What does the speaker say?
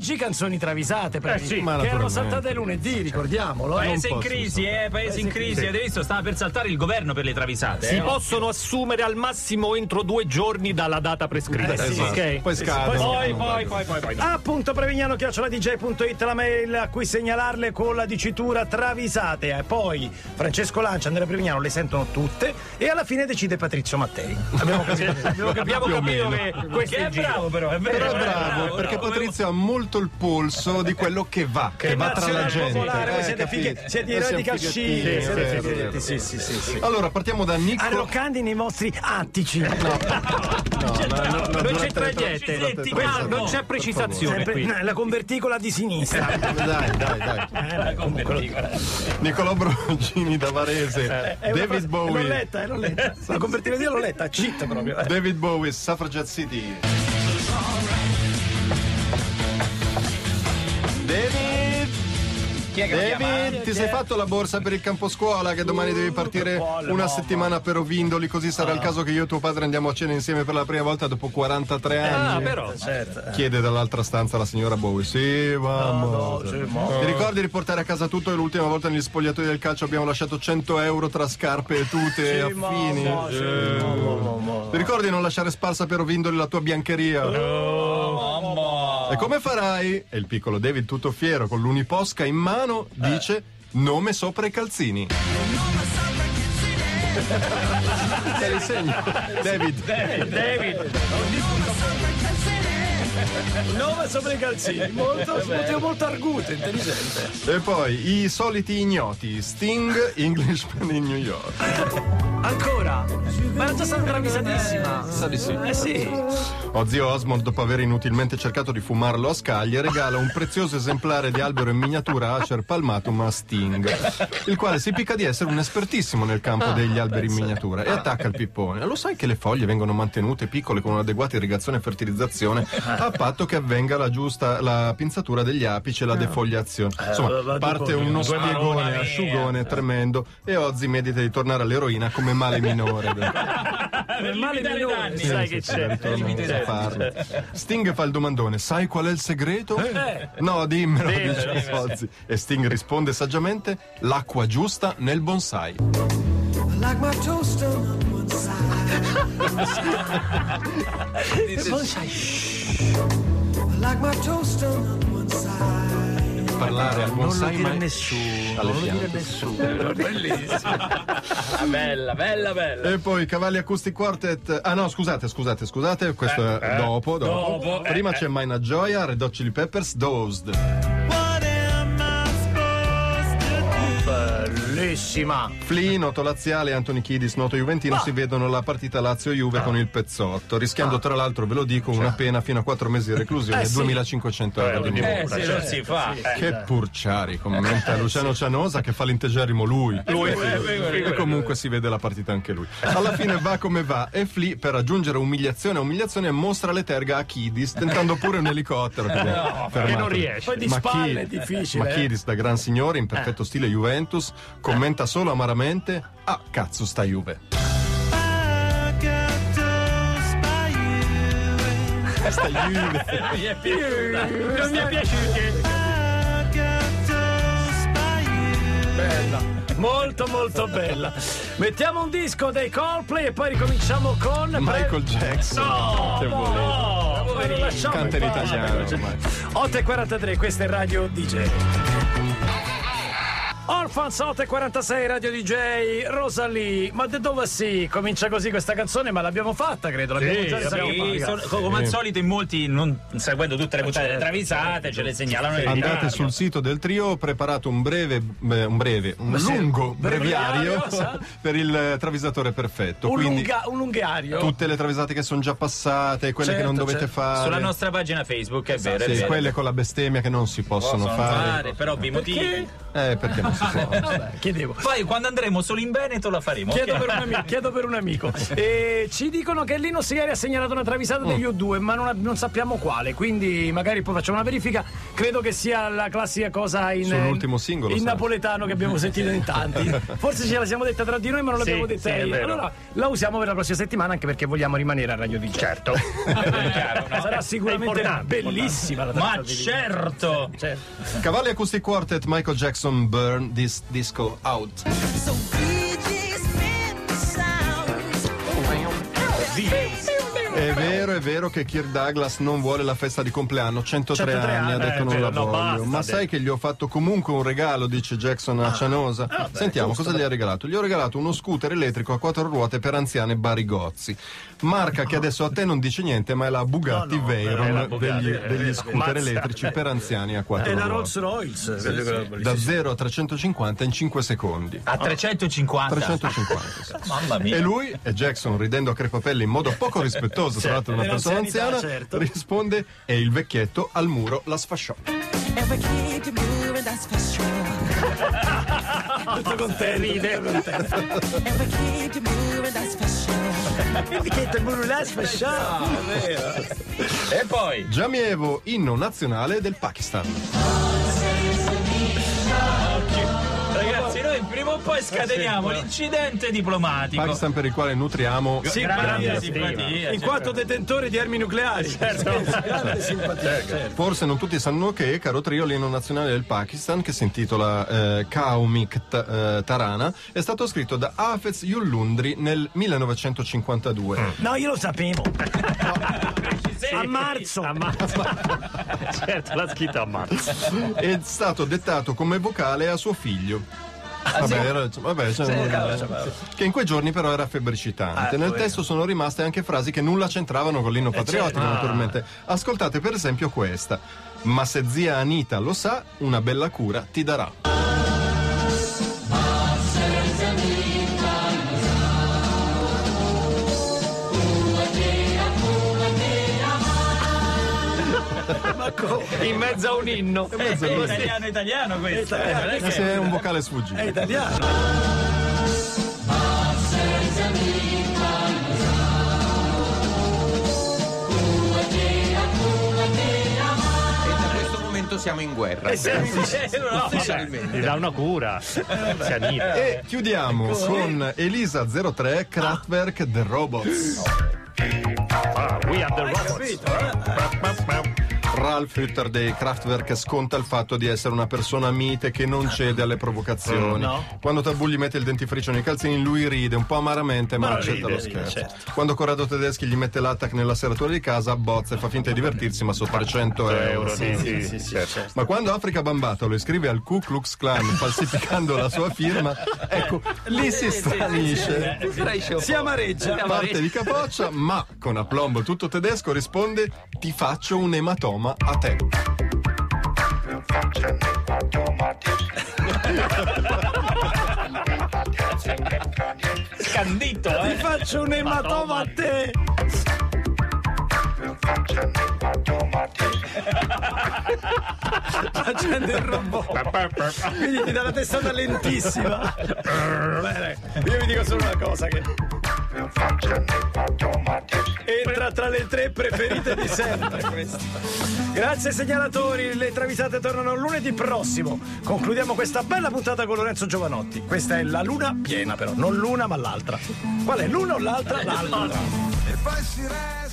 oggi canzoni travisate, sì, che erano saltate lunedì, ricordiamolo. Paese in crisi, paese in crisi. Avete visto? Stava per saltare il governo per le travisate. Si possono assumere al massimo entro 2 giorni dalla data prescritta. Ok? Poi scadono. Poi. Appunto prevignano@dj.it la mail a cui segnalarle con la dicitura travisate. E poi Francesco Lancia, Andrea Prevignano le sentono tutte e alla fine decide Patrizio Mattei. Abbiamo capito che questo Che è bravo però, è vero. Però è bravo, perché Patrizio ha molto il polso di quello che va tra la gente. Popolare, voi siete i radical chic. Sì. Allora, partiamo da Nico. Arroccandi nei vostri attici. No, non c'entra niente. Non c'è precisazione qui. La converticola di sinistra. Dai. Nicolò Brogini da Varese. David Bowie. L'ho letta. La converticola l'ho letta, cheat proprio. David Bowie, Suffragette City. David, ti sei fatto la borsa per il campo scuola che domani devi partire una settimana per Ovindoli, così sarà il caso che io e tuo padre andiamo a cena insieme per la prima volta dopo 43 anni. Però Certo. Chiede dall'altra stanza la signora Bowie. Sì, mamma. Ti ricordi di portare a casa tutto e l'ultima volta negli spogliatoi del calcio abbiamo lasciato 100 euro tra scarpe e tute affini? Ti ricordi di non lasciare sparsa per Ovindoli la tua biancheria? E come farai? E il piccolo David, tutto fiero, con l'uniposca in mano, dice: nome sopra i calzini. Te li segno. David. Nome sopra i calzini, molto arguto, intelligente. E poi i soliti ignoti, Sting, Englishman in New York. Ancora? Ma era già stata travisatissima. Sa di sì. Sì. Zio Osmond, dopo aver inutilmente cercato di fumarlo a scaglie, regala un prezioso esemplare di albero in miniatura Acer palmatum a Sting, il quale si picca di essere un espertissimo nel campo degli alberi in miniatura, e attacca il pippone. Lo sai che le foglie vengono mantenute piccole con un'adeguata irrigazione e fertilizzazione a patto che avvenga la pinzatura degli apici e la defogliazione. Insomma, parte uno spiegone asciugone tremendo e Ozzy medita di tornare all'eroina come male minore. Per limitare i danni. Sai che c'è. Sting fa il domandone: sai qual è il segreto? No, dimmelo, dice Ozzy. E Sting risponde saggiamente: l'acqua giusta nel bonsai. Like my toast on one side. Like my toast on one side. Parlare al bonsai, ma nessuno. alle Non lo dire piante. nessuno. Bellissimo. Bella. E poi Cavalli Acoustic Quartet. Ah no, scusate, questo è dopo. Prima c'è Mina Gioia, Red Hot Chili Peppers, Dozed. Bellissima. Flea, noto laziale, Anthony Kiedis, noto juventino, si vedono la partita Lazio-Juve con il pezzotto, rischiando tra l'altro, ve lo dico, una pena fino a 4 mesi di reclusione e 2.500 euro di multa. Non si fa. Che purciari, commenta Luciano Cianosa, che fa l'integerrimo lui. E comunque si vede la partita anche lui. Alla fine va come va, e Flea, per aggiungere umiliazione a umiliazione, mostra le terga a Kiedis, tentando pure un elicottero che non riesce. Poi di spalle è difficile. Ma Kiedis, da gran signore, in perfetto stile Juventus, commenta solo amaramente: ah, cazzo sta Juve. Sta Juve. Non mi è piaciuto. Bella. Molto bella. Mettiamo un disco dei Coldplay e poi ricominciamo con Michael Jackson. Che volete? Canta in italiano ormai. 8:43, questa è Radio DJ. Orphans 8:46, Radio DJ, Rosalie. Ma da dove si? Comincia così questa canzone, ma l'abbiamo fatta, credo. L'abbiamo già fatta. Come al solito in molti, non seguendo tutte le puntate travisate, ce le segnalano in Andate ritardo. sul sito del trio, ho preparato un lungo breviario per il travisatore perfetto. Quindi Un lunghario. tutte le travisate che sono già passate, quelle che non dovete fare. Sulla nostra pagina Facebook, è vero. Sì, è vero. quelle con la bestemmia che non si possono fare. Per ovvi motivi. Perché non si Vabbè, chiedevo. Poi quando andremo solo in Veneto la faremo. Chiedo ok? per un amico. Ci dicono che Linus ieri ha segnalato una travisata degli U2, ma non sappiamo quale, quindi magari poi facciamo una verifica. Credo che sia la classica cosa sull'ultimo singolo, in sai. napoletano che abbiamo sentito in tanti. Forse ce la siamo detta tra di noi, ma non l'abbiamo detta sì, è io. vero. Allora la usiamo per la prossima settimana, anche perché vogliamo rimanere a Radio DJ. Certo. Sarà sicuramente importante, bellissima la Ma travisata di Linus. certo! Certo. Cavalli Acoustic Quartet, Michael Jackson, Burn This Disco Out. So we just spin the sounds. È vero che Kirk Douglas non vuole la festa di compleanno, 103 anni, ha detto non vero, la no, voglio. basta, Ma sai che gli ho fatto comunque un regalo, dice Jackson a Cianosa. Sentiamo cosa gli ha regalato. Gli ho regalato uno scooter elettrico a 4 ruote per anziane barigozzi. Marca che adesso a te non dice niente, ma è la Bugatti è Veyron la Bugatti, degli scooter Mazda. elettrici per anziani a 4 È la ruote. Rolls Royce. Da 0 a 350 in 5 secondi. A 350. 350, sì. Mamma mia. E lui, e Jackson, ridendo a crepapelle in modo poco rispettoso, tra l'altro una persona L'anzianità, anziana, certo. risponde: e il vecchietto al muro la sfasciò. And we keep you moving, that's for sure. Tutto contento. Ride. And we keep you moving, that's for sure. Che te burlas fascià. E poi? Jamievo, inno nazionale del Pakistan. Ragazzi, noi prima o poi scateniamo l'incidente diplomatico. Pakistan per il quale nutriamo Sì, Grande grande simpatia. in quanto detentore di armi nucleari. Grande simpatia. certo. Forse non tutti sanno che, caro trio, l'inno nazionale del Pakistan, che si intitola Qaumik Tarana, è stato scritto da Hafez Yullundri nel 1952. No, io lo sapevo. A marzo. Certo, l'ha scritto a marzo. È stato dettato come vocale a suo figlio. Che in quei giorni però era febbricitante. Nel testo sono rimaste anche frasi che nulla c'entravano con l'inno patriottico, naturalmente. Ascoltate per esempio questa: ma se zia Anita lo sa, una bella cura ti darà. In mezzo a un inno. È italiano questo. Non è che- Se è un vocale sfuggito. È italiano. In questo momento siamo in guerra. Gli dà una cura. Si anita. E chiudiamo con Elisa 03 Kraftwerk The Robots. We are the robots. Ralph Hütter dei Kraftwerk sconta il fatto di essere una persona mite che non cede alle provocazioni. Quando Tabù gli mette il dentifricio nei calzini, lui ride un po' amaramente, ma accetta lo scherzo. Quando Corrado Tedeschi gli mette l'attack nella serratura di casa, abbozza e fa finta di divertirsi, ma sotto 300 euro. Sì. Ma quando Africa Bambato lo iscrive al Ku Klux Klan falsificando la sua firma, ecco, lì si stranisce. Si amareggia. Parte di capoccia, ma con aplombo tutto tedesco risponde: ti faccio un ematoma a te. Scandito, Ti faccio un ematoma a te. Accende il robot. Quindi ti dà la testata lentissima. Bene, io vi dico solo una cosa che entra tra le 3 preferite di sempre questa. Grazie segnalatori, le travisate tornano lunedì prossimo. Concludiamo questa bella puntata con Lorenzo Giovanotti. Questa è la luna piena però, non l'una ma l'altra. Qual è l'una o l'altra? L'altra. E poi si resta